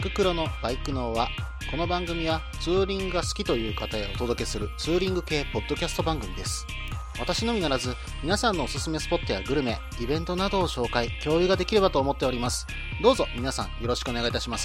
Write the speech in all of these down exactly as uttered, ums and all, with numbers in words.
ククロのバイク脳は、この番組はツーリングが好きという方へお届けするツーリング系ポッドキャスト番組です。私のみならず皆さんのおすすめスポットやグルメ、イベントなどを紹介、共有ができればと思っております。どうぞ皆さんよろしくお願いいたします。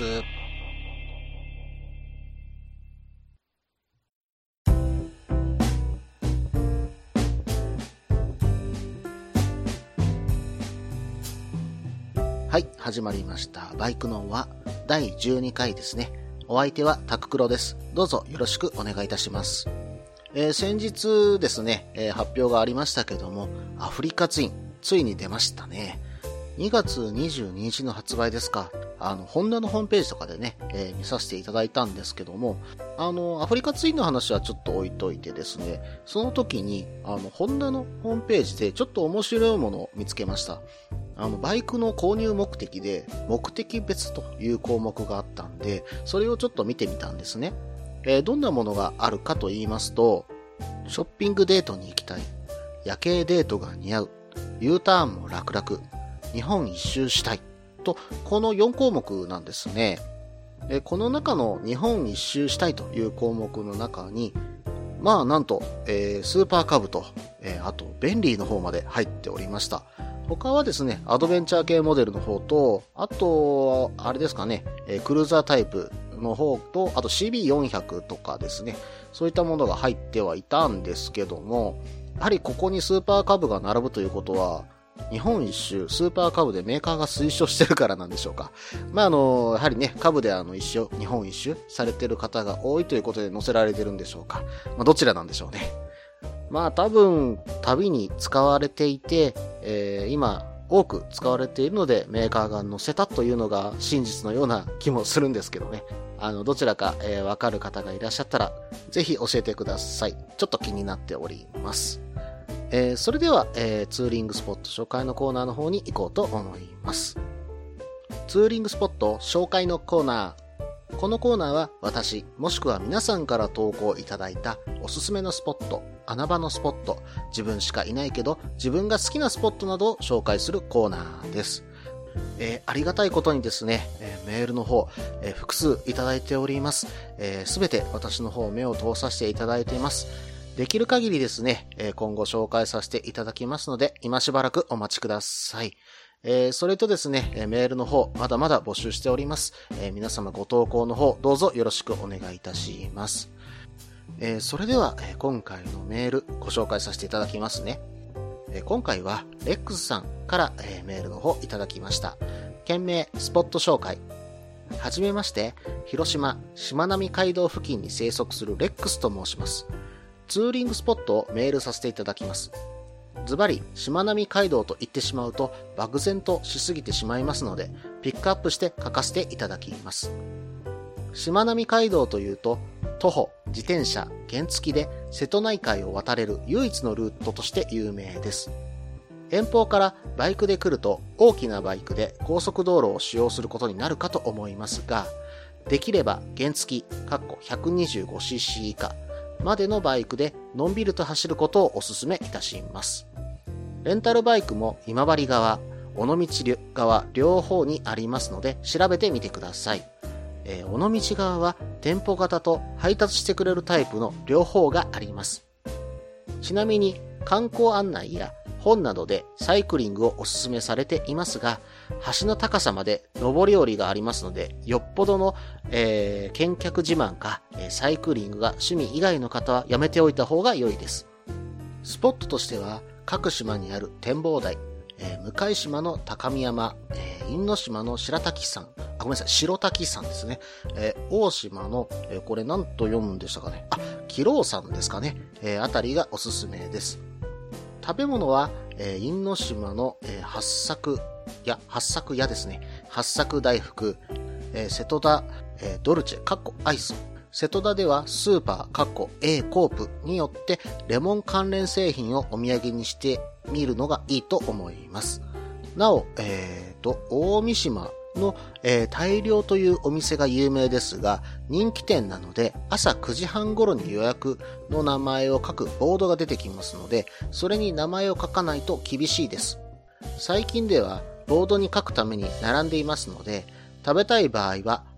はい、始まりました。バイク脳はだいじゅうにかいですね。お相手はタククロです。どうぞよろしくお願いいたします。えー、先日ですね、えー、発表がありましたけども、アフリカツイン、ついに出ましたね。にがつにじゅうににちの発売ですか。あの、ホンダのホームページとかでね、えー、見させていただいたんですけども、あの、アフリカツインの話はちょっと置いといてですね、その時に、あの、ホンダのホームページでちょっと面白いものを見つけました。あの、バイクの購入目的で、目的別という項目があったんで、それをちょっと見てみたんですね。えー、どんなものがあるかと言いますと、ショッピングデートに行きたい、夜景デートが似合う、U ターンも楽々、日本一周したいと、このよんこうもくなんですね。えこの中の日本一周したいという項目の中に、まあなんと、えー、スーパーカブと、えー、あとベンリーの方まで入っておりました。他はですね、アドベンチャー系モデルの方と、あと、あれですかね、えー、クルーザータイプの方と、あと シービーよんひゃく とかですね、そういったものが入ってはいたんですけども、やはりここにスーパーカブが並ぶということは、日本一周、スーパーカブでメーカーが推奨してるからなんでしょうか。まあ、あの、やはりね、カブであの、一周、日本一周されてる方が多いということで載せられてるんでしょうか。まあ、どちらなんでしょうね。まあ、多分、旅に使われていて、えー、今、多く使われているので、メーカーが載せたというのが真実のような気もするんですけどね。あの、どちらか、えー、わかる方がいらっしゃったら、ぜひ教えてください。ちょっと気になっております。えー、それでは、えー、ツーリングスポット紹介のコーナーの方に行こうと思います。ツーリングスポット紹介のコーナー。このコーナーは私、もしくは皆さんから投稿いただいたおすすめのスポット、穴場のスポット、自分しかいないけど自分が好きなスポットなどを紹介するコーナーです。えー、ありがたいことにですね、えー、メールの方、えー、複数いただいております。す、えー、べて私の方目を通させていただいています。できる限りですね、えー、今後紹介させていただきますので、今しばらくお待ちください。えー、それとですね、えー、メールの方、まだまだ募集しております。えー、皆様ご投稿の方、どうぞよろしくお願いいたします。えー、それでは、えー、今回のメール、ご紹介させていただきますね。えー、今回は、レックスさんから、えー、メールの方いただきました。件名、スポット紹介。はじめまして、広島、しまなみ海道付近に生息するレックスと申します。ツーリングスポットをメールさせていただきます。ズバリ、しまなみ海道と言ってしまうと漠然としすぎてしまいますので、ピックアップして書かせていただきます。しまなみ海道というと、徒歩、自転車、原付で瀬戸内海を渡れる唯一のルートとして有名です。遠方からバイクで来ると大きなバイクで高速道路を使用することになるかと思いますが、できれば原付 ひゃくにじゅうごシーシー 以下までのバイクでのんびりと走ることをお勧めいたします。レンタルバイクも今治側、尾道側両方にありますので調べてみてください。えー、尾道側は店舗型と配達してくれるタイプの両方があります。ちなみに観光案内や本などでサイクリングをお勧めされていますが、橋の高さまで上り下りがありますので、よっぽどの、えー、見客自慢か、えー、サイクリングが趣味以外の方はやめておいた方が良いです。スポットとしては各島にある展望台、えー、向島の高見山、えー、因島の白滝山、あ、ごめんなさい、白滝山ですね。えー、大島の、えー、これ何と読むんでしたかね。あ、祈老山ですかね。えー、あたりがおすすめです。食べ物は、えー、因島の、えー、八作屋、八作屋ですね。八作大福、えー、瀬戸田、えー、ドルチェ、かっこアイス。瀬戸田ではスーパー、かっこ A コープによってレモン関連製品をお土産にしてみるのがいいと思います。なお、えーと、大三島の、えー、大量というお店が有名ですが、人気店なので朝くじはん頃に予約の名前を書くボードが出てきますので、それに名前を書かないと厳しいです。最近ではボードに書くために並んでいますので、食べたい場合は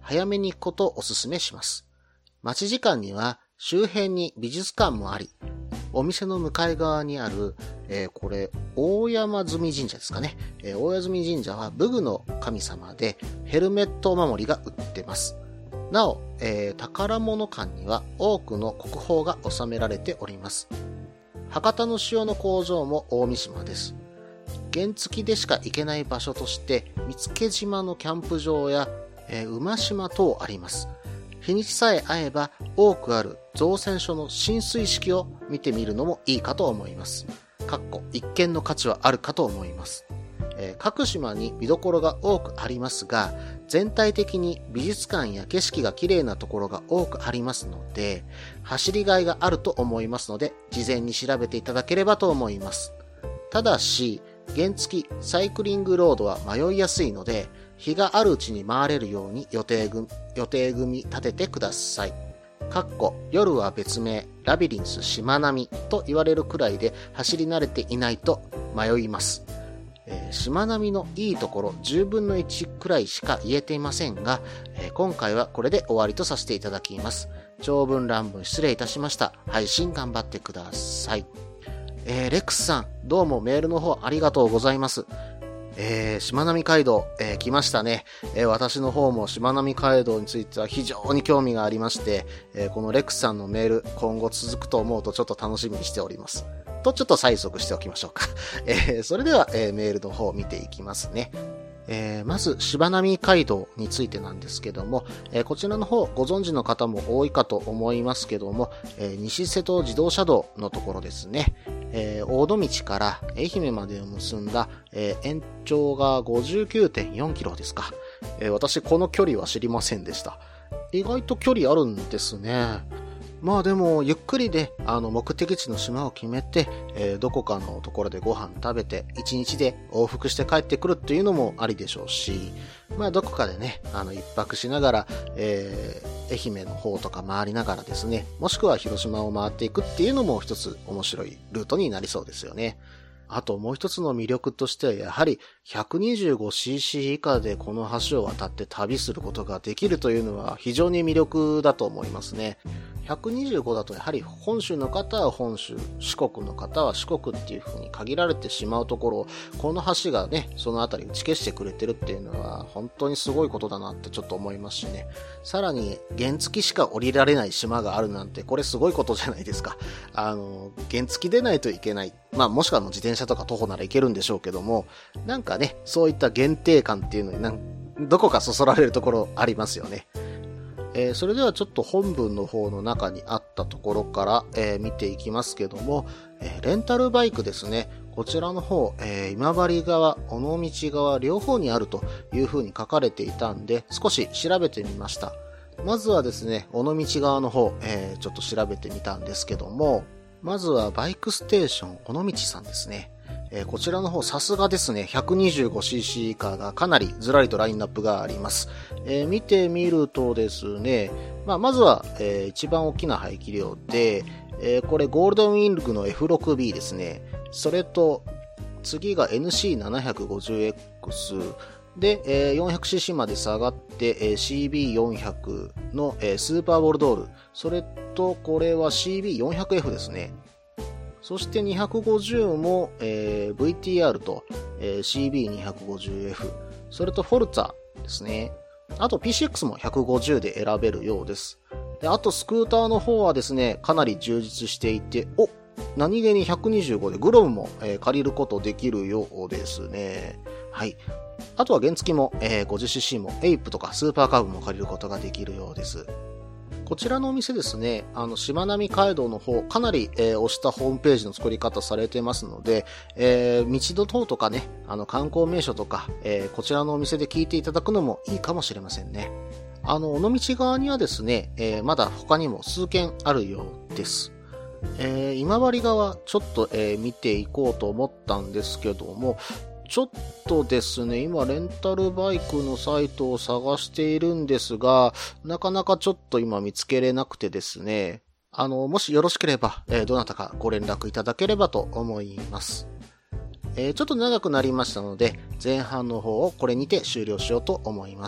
早めに行くことをお勧めします。待ち時間には周辺に美術館もあり、お店の向かい側にある、えー、これ、大山積神社ですかね。えー、大山積神社は武具の神様で、ヘルメットお守りが売ってます。なお、えー、宝物館には多くの国宝が収められております。博多の塩の工場も大三島です。原付でしか行けない場所として、見附島のキャンプ場や、えー、馬島等あります。日にちさえ合えば多くある造船所の進水式を見てみるのもいいかと思います。かっこ一見の価値はあるかと思います。えー、各島に見どころが多くありますが、全体的に美術館や景色が綺麗なところが多くありますので、走りがいがあると思いますので、事前に調べていただければと思います。ただし、原付サイクリングロードは迷いやすいので、日があるうちに回れるように予定組、予定組立ててください。かっこ夜は別名ラビリンスしまなみと言われるくらいで走り慣れていないと迷います。えー、しまなみのいいところじゅうぶんのいちくらいしか言えていませんが、えー、今回はこれで終わりとさせていただきます。長文乱文失礼いたしました。配信頑張ってください。えー、レックスさん、どうもメールの方ありがとうございます。えー、しまなみ海道、えー、来ましたね、えー。私の方もしまなみ海道については非常に興味がありまして、えー、このレックスさんのメール、今後続くと思うとちょっと楽しみにしております。と、ちょっと催促しておきましょうか。えー、それでは、えー、メールの方を見ていきますね。えー、まず、しまなみ海道についてなんですけども、えー、こちらの方ご存知の方も多いかと思いますけども、えー、西瀬戸自動車道のところですね。えー、大戸道から愛媛までを結んだ、えー、延長が ごじゅうきゅうてんよんキロですか。えー、私この距離は知りませんでした。意外と距離あるんですね。まあでもゆっくりであの目的地の島を決めて、えー、どこかのところでご飯食べて一日で往復して帰ってくるっていうのもありでしょうし、まあどこかでねあの一泊しながら、えー、愛媛の方とか回りながらですね、もしくは広島を回っていくっていうのも一つ面白いルートになりそうですよね。あともう一つの魅力としてはやはり ひゃくにじゅうごシーシー 以下でこの橋を渡って旅することができるというのは非常に魅力だと思いますね。ひゃくにじゅうごだとやはり本州の方は本州、四国の方は四国っていう風に限られてしまうところを、この橋がね、そのあたり打ち消してくれてるっていうのは本当にすごいことだなってちょっと思いますしね。さらに原付しか降りられない島があるなんてこれすごいことじゃないですか。あの、原付でないといけない。まあもしくは自転車とか徒歩なら行けるんでしょうけども、なんかね、そういった限定感っていうのになんどこかそそられるところありますよね。えー、それではちょっと本文の方の中にあったところから、えー、見ていきますけども、えー、レンタルバイクですね。こちらの方、えー、今治側、尾道側両方にあるという風に書かれていたんで、少し調べてみました。まずはですね、尾道側の方、えー、ちょっと調べてみたんですけども、まずはバイクステーション尾道さんですね。えー、こちらの方さすがですね ひゃくにじゅうごシーシー 以下がかなりずらりとラインナップがあります。えー、見てみるとですね、まあ、まずは、えー、一番大きな排気量で、えー、これゴールデンウィングの エフろくビー ですね。それと次が エヌシーななひゃくごじゅうエックス で、えー、よんひゃくシーシー まで下がって、えー、シービーよんひゃく の、えー、スーパーボルドール、それとこれは シービーよんひゃくエフ ですね。そしてにひゃくごじゅうも、えー、ブイティーアール と、えー、シービーにひゃくごじゅうエフ、それとフォルツァですね。あと ピーシーエックス もひゃくごじゅうで選べるようです。で、あとスクーターの方はですね、かなり充実していて、お、何気にひゃくにじゅうごでグロムも、えー、借りることできるようですね。はい。あとは原付も、えー、ごじゅうシーシー もエイプとかスーパーカブも借りることができるようです。こちらのお店ですね、あの、しまなみ海道の方、かなり、えー、押したホームページの作り方されてますので、えー、道の等とかね、あの、観光名所とか、えー、こちらのお店で聞いていただくのもいいかもしれませんね。あの、尾道側にはですね、えー、まだ他にも数軒あるようです。えー、今治側、ちょっと、えー、見ていこうと思ったんですけども、ちょっとですね、今レンタルバイクのサイトを探しているんですが、なかなかちょっと今見つけれなくてですね、あの、もしよろしければ、えー、どなたかご連絡いただければと思います。えー、ちょっと長くなりましたので、前半の方をこれにて終了しようと思います。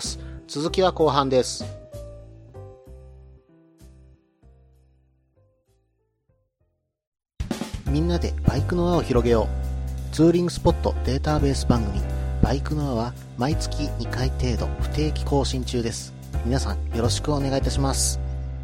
続きは後半です。みんなでバイクの輪を広げよう。ツーリングスポットデータベース番組バイクの輪は毎月にかい程度不定期更新中です。皆さんよろしくお願いいたします。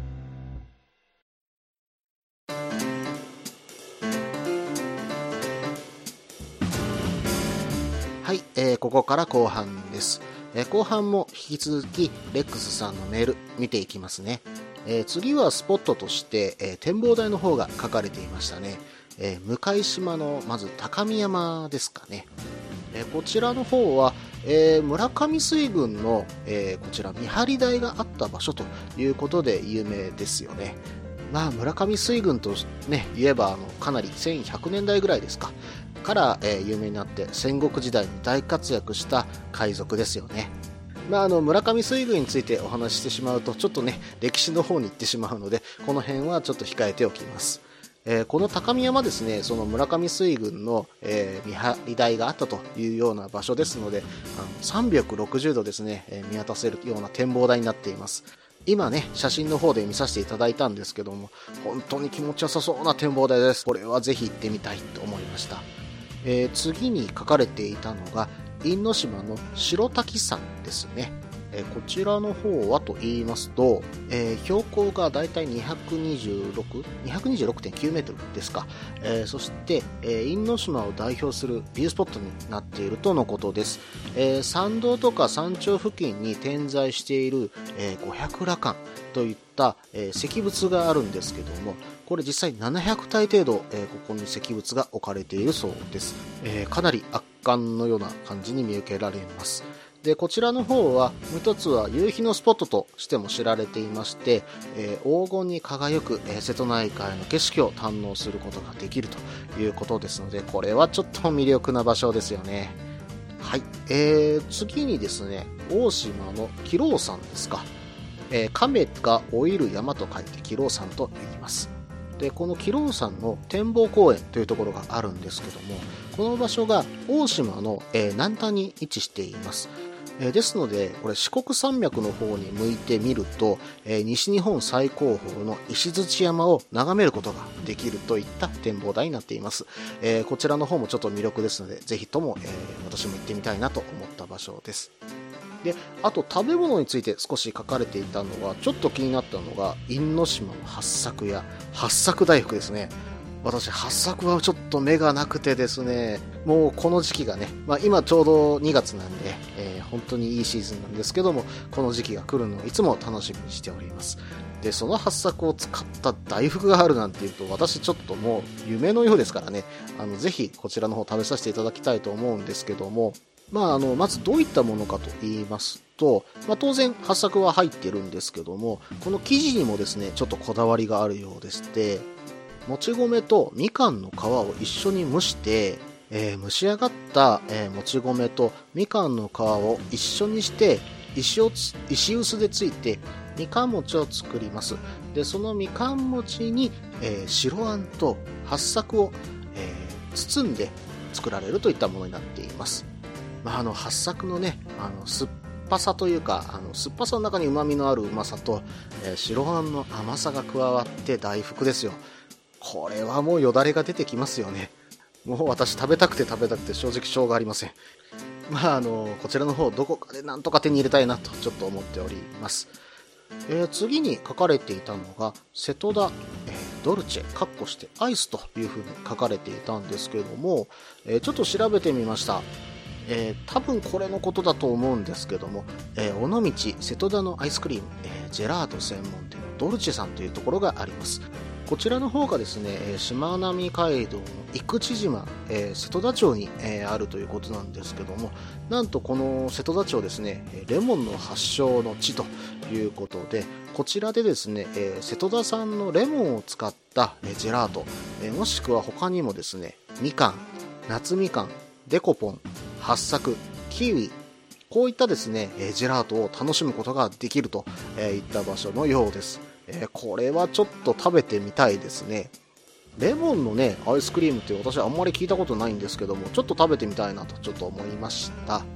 はい、えー、ここから後半です。えー、後半も引き続きレックスさんのメール見ていきますね。えー、次はスポットとして、えー、展望台の方が書かれていましたね。えー、向島のまず高見山ですかね。えー、こちらの方は、えー、村上水軍の、えー、こちら見張り台があった場所ということで有名ですよね。まあ村上水軍とね言えばあのかなりせんひゃくねんだいぐらいですかから、えー、有名になって戦国時代に大活躍した海賊ですよね。まあ、あの村上水軍についてお話ししてしまうとちょっとね歴史の方に行ってしまうのでこの辺はちょっと控えておきます。えー、この高見山ですね、その村上水軍の、えー、見張り台があったというような場所ですので、あのさんびゃくろくじゅうどですね、えー、見渡せるような展望台になっています。今ね写真の方で見させていただいたんですけども本当に気持ちよさそうな展望台です。これはぜひ行ってみたいと思いました。えー、次に書かれていたのが因島の白滝山ですね。えー、こちらの方はと言いますと、えー、標高がだいたいにひゃくにじゅうろく、にひゃくにじゅうろくてんきゅうメートルですか。えー、そして、えー、因島を代表するビュースポットになっているとのことです。えー、山道とか山頂付近に点在している、えー、五百羅漢といった、えー、石仏があるんですけども、これ実際ななひゃくたい程度、えー、ここに石仏が置かれているそうです。えー、かなり圧巻のような感じに見受けられます。でこちらの方はもう一つは夕日のスポットとしても知られていまして、えー、黄金に輝く、えー、瀬戸内海の景色を堪能することができるということですのでこれはちょっと魅力な場所ですよね。はい、えー、次にですね大島の亀老山ですか。えー、亀が老いる山と書いて亀老山と言います。でこの亀老山の展望公園というところがあるんですけどもこの場所が大島の、えー、南端に位置しています。えー、ですのでこれ四国山脈の方に向いてみると、えー、西日本最高峰の石鎚山を眺めることができるといった展望台になっています。えー、こちらの方もちょっと魅力ですのでぜひとも、えー、私も行ってみたいなと思った場所です。であと食べ物について少し書かれていたのはちょっと気になったのが因島の八朔や八朔大福ですね。私八朔はちょっと目がなくてですねもうこの時期がね、まあ、今ちょうどにがつなんで、えー、本当にいいシーズンなんですけどもこの時期が来るのをいつも楽しみにしております。でその八朔を使った大福があるなんていうと私ちょっともう夢のようですからねあのぜひこちらの方食べさせていただきたいと思うんですけどもまあ、あのまずどういったものかと言いますと、まあ、当然八朔は入ってるんですけどもこの生地にもですねちょっとこだわりがあるようでしてもち米とみかんの皮を一緒に蒸して、えー、蒸し上がった、えー、もち米とみかんの皮を一緒にして石をつ石臼でついてみかん餅を作ります。でそのみかん餅に、えー、白あんと八朔を、えー、包んで作られるといったものになっています。まあ、あの八朔のねあの酸っぱさというかあの酸っぱさの中にうまみのあるうまさと、えー、白あんの甘さが加わって大福ですよ。これはもうよだれが出てきますよね。もう私食べたくて食べたくて正直しょうがありません。まああのこちらの方どこかでなんとか手に入れたいなとちょっと思っております。えー、次に書かれていたのが瀬戸田、えー、ドルチェカッコしてアイスというふうに書かれていたんですけども、えー、ちょっと調べてみました。えー、多分これのことだと思うんですけども、えー、尾道瀬戸田のアイスクリーム、えー、ジェラート専門店のドルチェさんというところがあります。こちらの方がですねしまなみ海道の生口島、えー、瀬戸田町に、えー、あるということなんですけどもなんとこの瀬戸田町ですねレモンの発祥の地ということでこちらでですね、えー、瀬戸田産のレモンを使った、えー、ジェラート、えー、もしくは他にもですねみかん、夏みかん、デコポン、八朔、キウイこういったですねジェラートを楽しむことができるといった場所のようです。えー、これはちょっと食べてみたいですね。レモンのねアイスクリームって私はあんまり聞いたことないんですけどもちょっと食べてみたいなとちょっと思いました。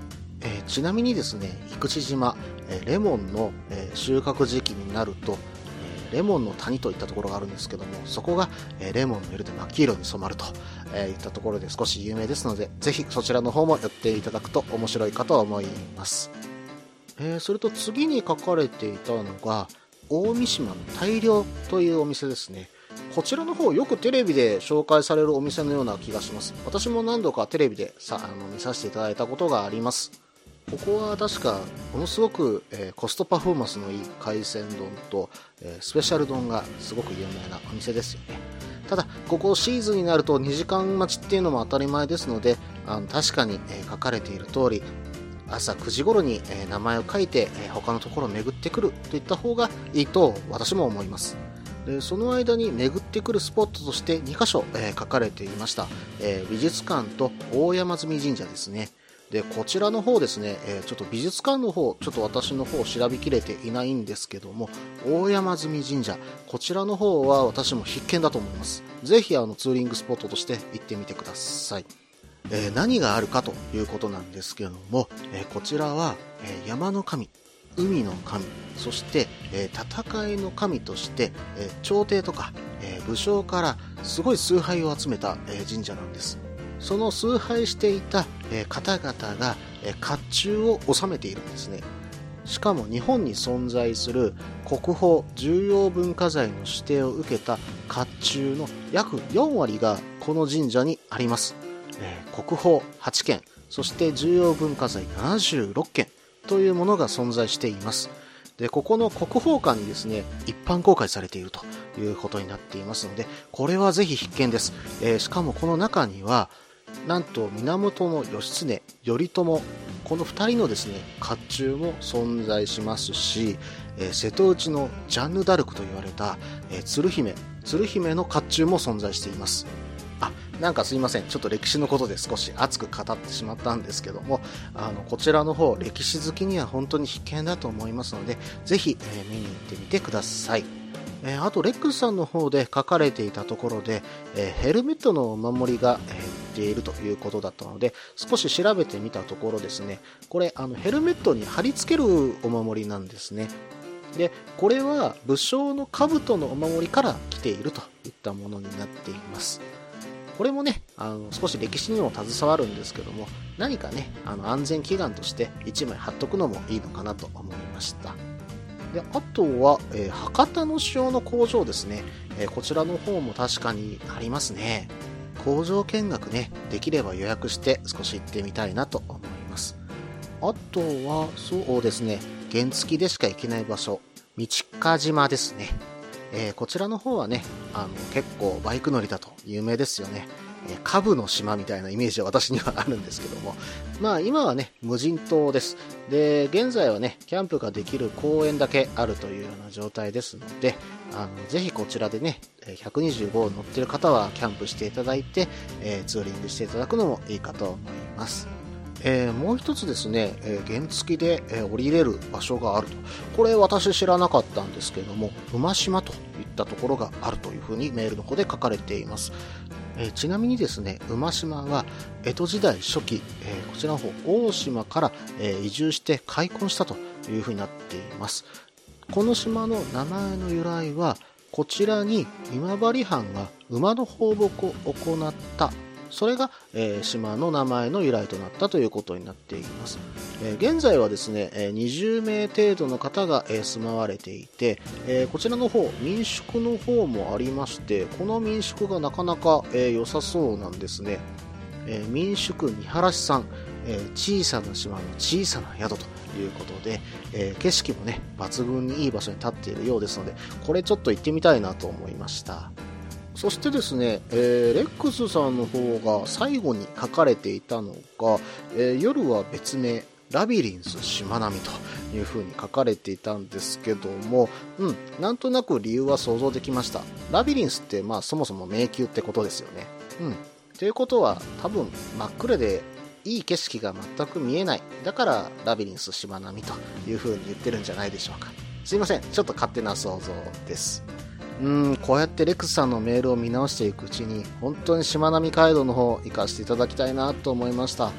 えー、ちなみにですね、生口島、えー、レモンの、えー、収穫時期になると、レモンの谷といったところがあるんですけども、そこが、えー、レモンの色で真っ黄色に染まると、えー、いったところで少し有名ですので、ぜひそちらの方も寄っていただくと面白いかと思います。えー、それと次に書かれていたのが、大三島の大漁というお店ですね。こちらの方よくテレビで紹介されるお店のような気がします。私も何度かテレビでさあの見させていただいたことがあります。ここは確かものすごく、えー、コストパフォーマンスのいい海鮮丼と、えー、スペシャル丼がすごく有名なお店ですよね。ただここシーズンになるとにじかん待ちっていうのも当たり前ですので、あの確かに、えー、書かれている通り朝くじ頃に、えー、名前を書いて、えー、他のところを巡ってくるといった方がいいと私も思います。でその間に巡ってくるスポットとしてにかしょ、えー、書かれていました、えー、美術館と大山積神社ですね。でこちらの方ですね、えー、ちょっと美術館の方ちょっと私の方調べきれていないんですけども、大山積神社こちらの方は私も必見だと思います。ぜひあのツーリングスポットとして行ってみてください。えー、何があるかということなんですけども、えー、こちらは、えー、山の神、海の神、そして、えー、戦いの神として、えー、朝廷とか、えー、武将からすごい崇拝を集めた、えー、神社なんです。その崇拝していた、えー、方々が、えー、甲冑を治めているんですね。しかも日本に存在する国宝重要文化財の指定を受けた甲冑の約よんわりがこの神社にあります。えー、国宝はちけん、そして重要文化財ななじゅうろっけんというものが存在しています。でここの国宝館にですね一般公開されているということになっていますので、これはぜひ必見です。えー、しかもこの中にはなんと源義経、頼朝、このふたりのですね甲冑も存在しますし、えー、瀬戸内のジャンヌ・ダルクと言われた、えー、鶴姫鶴姫の甲冑も存在しています。あ、なんかすいません、ちょっと歴史のことで少し熱く語ってしまったんですけども、あのこちらの方歴史好きには本当に必見だと思いますので、ぜひ、えー、見に行ってみてください。えー、あとレックスさんの方で書かれていたところで、えー、ヘルメットのお守りが、えー、売っているということだったので、少し調べてみたところですね、これあのヘルメットに貼り付けるお守りなんですね。でこれは武将の兜のお守りから来ているといったものになっています。これもね、あの少し歴史にも携わるんですけども、何かねあの安全祈願としていちまい貼っとくのもいいのかなと思いました。であとは、えー、博多の塩の工場ですね、えー、こちらの方も確かにありますね。工場見学ねできれば予約して少し行ってみたいなと思います。あとはそうですね、原付でしか行けない場所、道鹿島ですね。えー、こちらの方はねあの結構バイク乗りだと有名ですよね。えー、カブの島みたいなイメージは私にはあるんですけども、まあ今はね無人島です。で現在はねキャンプができる公園だけあるというような状態ですので、あのぜひこちらでねひゃくにじゅうごを乗っている方はキャンプしていただいて、えー、ツーリングしていただくのもいいかと思います。えー、もう一つですね、えー、原付で、えー、降りれる場所があると。これ私知らなかったんですけども、馬島といったところがあるというふうにメールの方で書かれています。えー、ちなみにですね、馬島は江戸時代初期、えー、こちらの方大島から、えー、移住して開墾したというふうになっています。この島の名前の由来は、こちらに今治藩が馬の放牧を行った、それが、えー、島の名前の由来となったということになっています。えー、現在はですね、えー、にじゅうめい程度の方が、えー、住まわれていて、えー、こちらの方民宿の方もありまして、この民宿がなかなか、えー、良さそうなんですね。えー、民宿見晴らしさん、えー、小さな島の小さな宿ということで、えー、景色もね抜群にいい場所に立っているようですので、これちょっと行ってみたいなと思いました。そしてですね、えー、レックスさんの方が最後に書かれていたのが、えー、夜は別名ラビリンスしまなみという風に書かれていたんですけども、うん、なんとなく理由は想像できました。ラビリンスってまあそもそも迷宮ってことですよね。うん。ということは多分真っ暗でいい景色が全く見えない。だからラビリンスしまなみという風に言ってるんじゃないでしょうか。すいません、ちょっと勝手な想像です。うーん、こうやってレックスさんのメールを見直していくうちに本当にしまなみ海道の方行かせていただきたいなと思いました。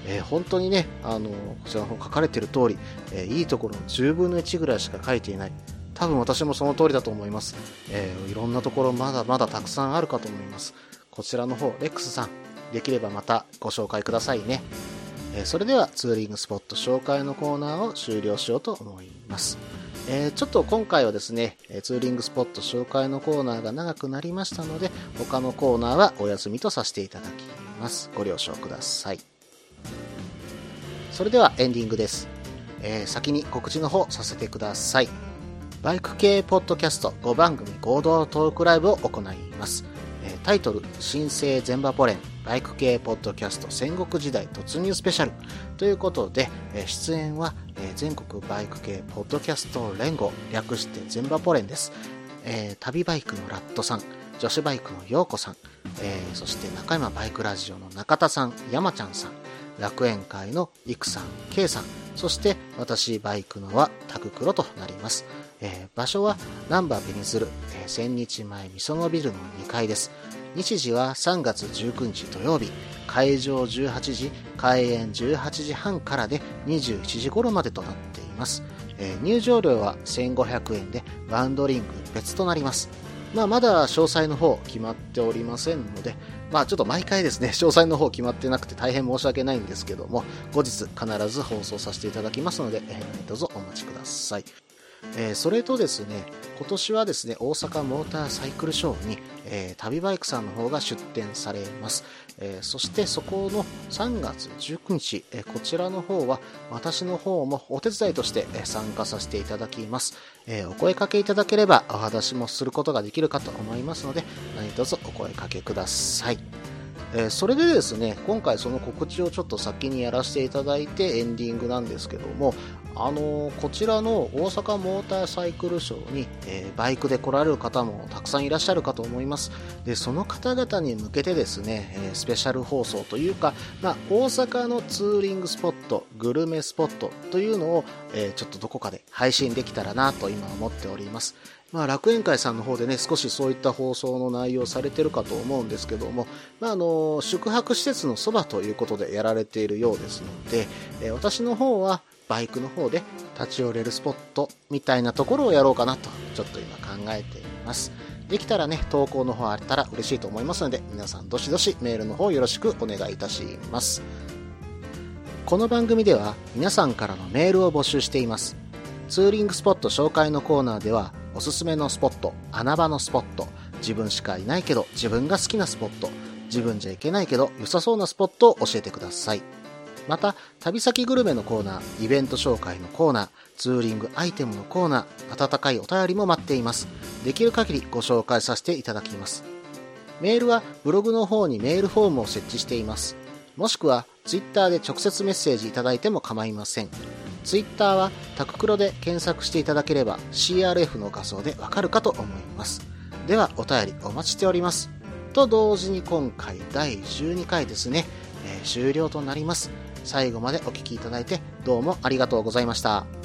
えー、本当にね、あの、こちらの方書かれている通り、えー、いいところのじゅうぶんのいちぐらいしか書いていない。多分私もその通りだと思います。えー、いろんなところまだまだたくさんあるかと思います。こちらの方、レックスさん、できればまたご紹介くださいね。えー、それではツーリングスポット紹介のコーナーを終了しようと思います。えー、ちょっと今回はですね、ツーリングスポット紹介のコーナーが長くなりましたので、他のコーナーはお休みとさせていただきます。ご了承ください。それではエンディングです。えー、先に告知の方させてください。バイク系ポッドキャストごばんぐみ合同トークライブを行います。えー、タイトル、新生全場ポレンバイク系ポッドキャスト戦国時代突入スペシャルということで、えー、出演は、えー、全国バイク系ポッドキャスト連合、略して全場ポレンです。えー、旅バイクのラットさん、女子バイクのヨーコさん、えー、そして中山バイクラジオの中田さん、山ちゃんさん、楽園会のいくさん、けいさん、そして私バイクのはタククロとなります。えー、場所は難波ベニズル、えー、千日前みそのビルのにかいです。日時はさんがつじゅうくにち土曜日、会場じゅうはちじ、開演じゅうはちじはんからでにじゅういちじ頃までとなっています。えー、入場料はせんごひゃくえんでワンドリンク別となります。まあ、まだ詳細の方決まっておりませんので、まあちょっと毎回ですね、詳細の方決まってなくて大変申し訳ないんですけども、後日必ず放送させていただきますので、えー、どうぞお待ちください。えー、それとですね、今年はですね、大阪モーターサイクルショーに、えー、旅バイクさんの方が出展されます。えー、そしてそこのさんがつじゅうくにち、えー、こちらの方は私の方もお手伝いとして参加させていただきます。えー、お声かけいただければお話もすることができるかと思いますので、何卒お声かけください。えー、それでですね、今回その告知をちょっと先にやらせていただいてエンディングなんですけども、あのー、こちらの大阪モーターサイクルショーに、えー、バイクで来られる方もたくさんいらっしゃるかと思います。で、その方々に向けてですね、えー、スペシャル放送というか、まあ、大阪のツーリングスポット、グルメスポットというのを、えー、ちょっとどこかで配信できたらなと今思っております。まあ、楽園会さんの方でね、少しそういった放送の内容されてるかと思うんですけども、まあ、あの、宿泊施設のそばということでやられているようですので、えー、私の方はバイクの方で立ち寄れるスポットみたいなところをやろうかなと、ちょっと今考えています。できたらね、投稿の方あったら嬉しいと思いますので、皆さんどしどしメールの方よろしくお願いいたします。この番組では皆さんからのメールを募集しています。ツーリングスポット紹介のコーナーでは、おすすめのスポット、穴場のスポット、自分しかいないけど自分が好きなスポット、自分じゃいけないけど良さそうなスポットを教えてください。また、旅先グルメのコーナー、イベント紹介のコーナー、ツーリングアイテムのコーナー、温かいお便りも待っています。できる限りご紹介させていただきます。メールはブログの方にメールフォームを設置しています。もしくはツイッターで直接メッセージいただいても構いません。ツイッターはタククロで検索していただければ シーアールエフ の画像でわかるかと思います。ではお便りお待ちしております。と同時に今回だいじゅうにかいですね、えー、終了となります。最後までお聞きいただいてどうもありがとうございました。